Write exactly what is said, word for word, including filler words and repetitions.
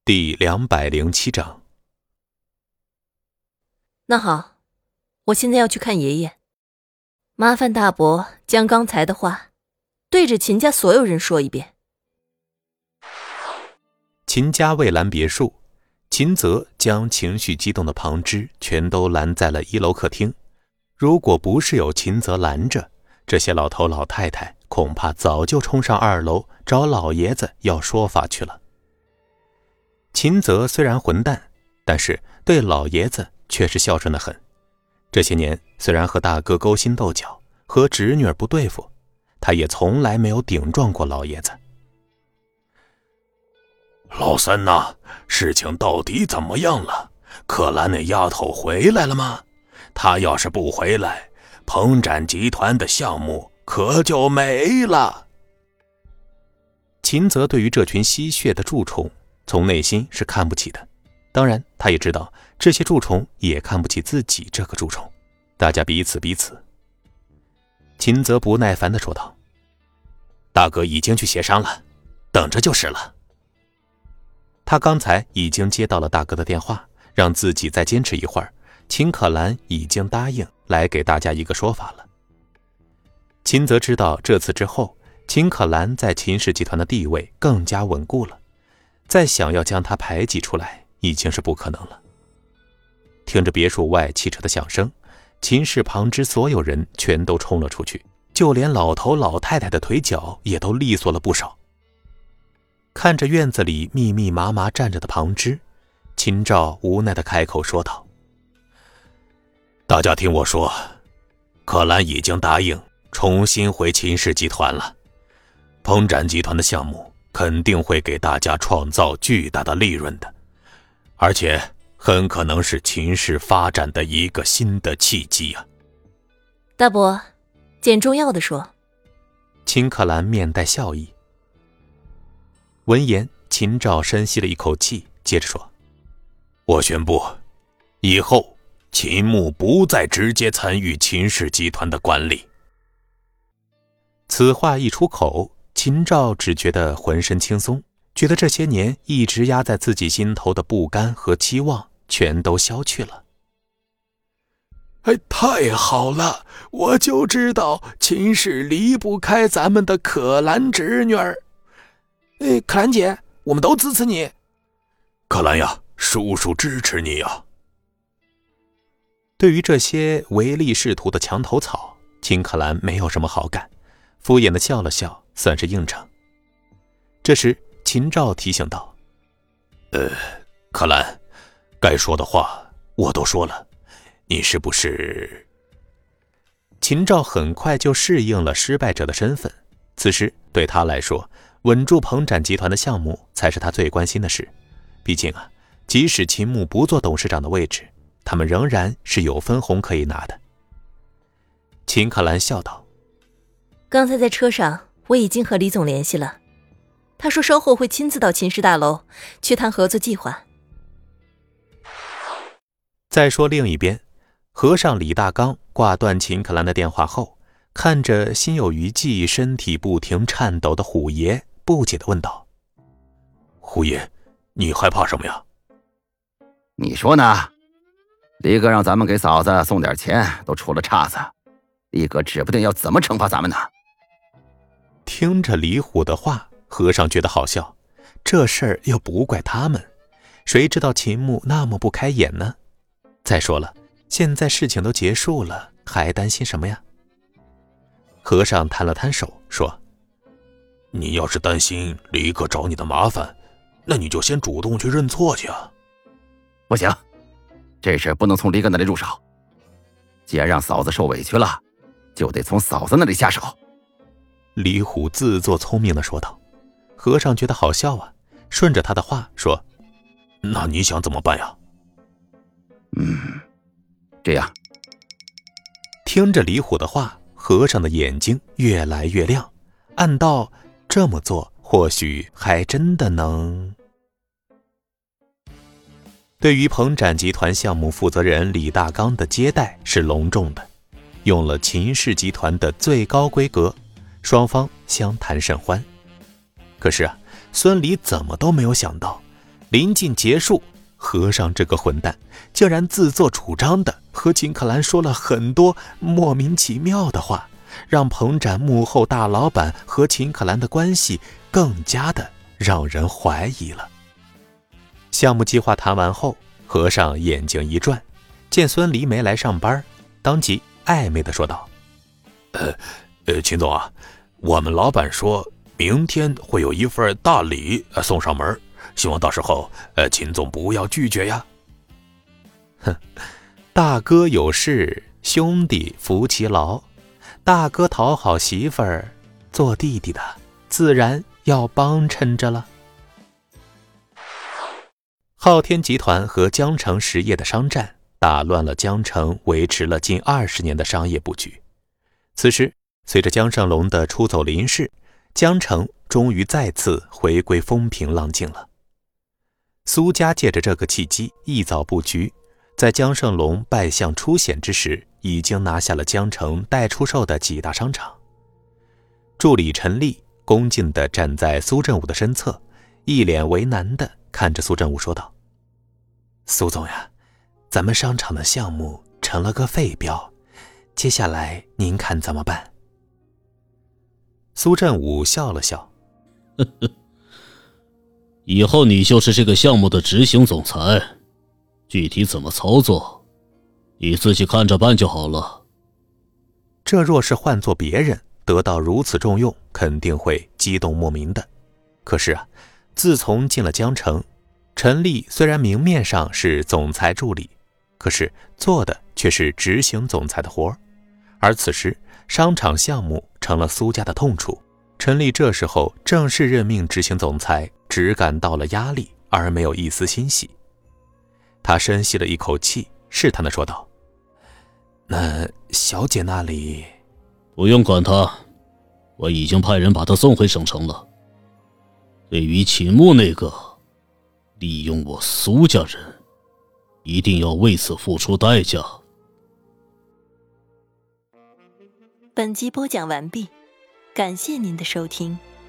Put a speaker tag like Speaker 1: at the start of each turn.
Speaker 1: 第两百零七章。
Speaker 2: 那好，我现在要去看爷爷，麻烦大伯将刚才的话对着秦家所有人说一遍。
Speaker 1: 秦家蔚蓝别墅，秦泽将情绪激动的旁支全都拦在了一楼客厅。如果不是有秦泽拦着，这些老头老太太恐怕早就冲上二楼找老爷子要说法去了。秦泽虽然混蛋，但是对老爷子却是孝顺得很。这些年虽然和大哥勾心斗角，和侄女儿不对付，他也从来没有顶撞过老爷子。
Speaker 3: 老三呐，事情到底怎么样了？克兰那丫头回来了吗？她要是不回来，鹏展集团的项目可就没了。
Speaker 1: 秦泽对于这群吸血的蛀虫从内心是看不起的，当然他也知道这些蛀虫也看不起自己这个蛀虫，大家彼此彼此。秦泽不耐烦地说道：大哥已经去协商了，等着就是了。他刚才已经接到了大哥的电话，让自己再坚持一会儿，秦可兰已经答应来给大家一个说法了。秦泽知道这次之后，秦可兰在秦氏集团的地位更加稳固了，再想要将他排挤出来已经是不可能了。听着别墅外汽车的响声，秦氏旁支所有人全都冲了出去，就连老头老太太的腿脚也都利索了不少。看着院子里密密麻麻站着的旁支，秦照无奈地开口说道：
Speaker 3: 大家听我说，克兰已经答应重新回秦氏集团了，鹏展集团的项目肯定会给大家创造巨大的利润的，而且很可能是秦氏发展的一个新的契机啊。
Speaker 2: 大伯，捡重要的说。
Speaker 1: 秦可兰面带笑意。闻言，秦照深吸了一口气，接着说：
Speaker 3: 我宣布，以后秦牧不再直接参与秦氏集团的管理。
Speaker 1: 此话一出口，秦照只觉得浑身轻松，觉得这些年一直压在自己心头的不甘和期望全都消去了。
Speaker 3: 哎，太好了，我就知道秦氏离不开咱们的可兰侄女儿。
Speaker 4: 哎，可兰姐，我们都支持你。
Speaker 3: 可兰呀，叔叔支持你呀。
Speaker 1: 对于这些唯利是图的墙头草，秦可兰没有什么好感，敷衍地笑了笑，算是应承。这时秦照提醒道：
Speaker 3: 呃，可兰，该说的话我都说了，你是不是……
Speaker 1: 秦照很快就适应了失败者的身份，此时对他来说，稳住鹏展集团的项目才是他最关心的事。毕竟啊，即使秦牧不做董事长的位置，他们仍然是有分红可以拿的。秦可兰笑道：
Speaker 2: 刚才在车上我已经和李总联系了，他说稍后会亲自到秦氏大楼去谈合作计划。
Speaker 1: 再说另一边，和尚李大刚挂断秦可兰的电话后，看着心有余悸身体不停颤抖的虎爷，不解地问道：
Speaker 3: 虎爷，你害怕什么呀？
Speaker 5: 你说呢？李哥让咱们给嫂子送点钱都出了岔子，李哥指不定要怎么惩罚咱们呢。
Speaker 1: 听着李虎的话，和尚觉得好笑，这事儿又不怪他们，谁知道秦牧那么不开眼呢？再说了，现在事情都结束了，还担心什么呀？和尚摊了摊手说：
Speaker 3: 你要是担心李哥找你的麻烦，那你就先主动去认错去啊。
Speaker 5: 不行，这事不能从李哥那里入手，既然让嫂子受委屈了，就得从嫂子那里下手。
Speaker 1: 李虎自作聪明地说道。和尚觉得好笑啊，顺着他的话说：
Speaker 3: 那你想怎么办呀？
Speaker 5: 嗯，这样。
Speaker 1: 听着李虎的话，和尚的眼睛越来越亮，暗道这么做或许还真的能。对于鹏展集团项目负责人李大刚的接待是隆重的，用了秦氏集团的最高规格，双方相谈甚欢。可是啊，孙离怎么都没有想到， 临近结束，和尚这个混蛋竟然自作主张的和秦可兰说了很多莫名其妙的话，让彭展幕后大老板和秦可兰的关系更加的让人怀疑了。项目计划谈完后，和尚眼睛一转，见孙离没来上班，当即暧昧的说道：
Speaker 3: 呃呃，秦总啊，我们老板说明天会有一份大礼送上门，希望到时候呃秦总不要拒绝呀。
Speaker 1: 哼，大哥有事，兄弟扶其劳。大哥讨好媳妇儿，做弟弟的自然要帮衬着了。昊天集团和江城实业的商战打乱了江城维持了近二十年的商业布局。此时，随着江胜龙的出走临逝，江城终于再次回归风平浪静了。苏家借着这个契机一早布局，在江胜龙败相出险之时，已经拿下了江城待出售的几大商场。助理陈立恭敬地站在苏振武的身侧，一脸为难地看着苏振武说道：苏总呀，咱们商场的项目成了个废标，接下来您看怎么办？苏振武笑了笑，
Speaker 6: 呵呵，以后你就是这个项目的执行总裁，具体怎么操作，你自己看着办就好了。
Speaker 1: 这若是换做别人，得到如此重用，肯定会激动莫名的。可是啊，自从进了江城，陈立虽然明面上是总裁助理，可是做的却是执行总裁的活。而此时商场项目成了苏家的痛处，陈立这时候正式任命执行总裁，只感到了压力，而没有一丝欣喜。他深吸了一口气，试探地说道：那小姐那里……
Speaker 6: 不用管她，我已经派人把她送回省城了。对于秦牧那个利用我苏家人，一定要为此付出代价。
Speaker 2: 本集播讲完毕，感谢您的收听。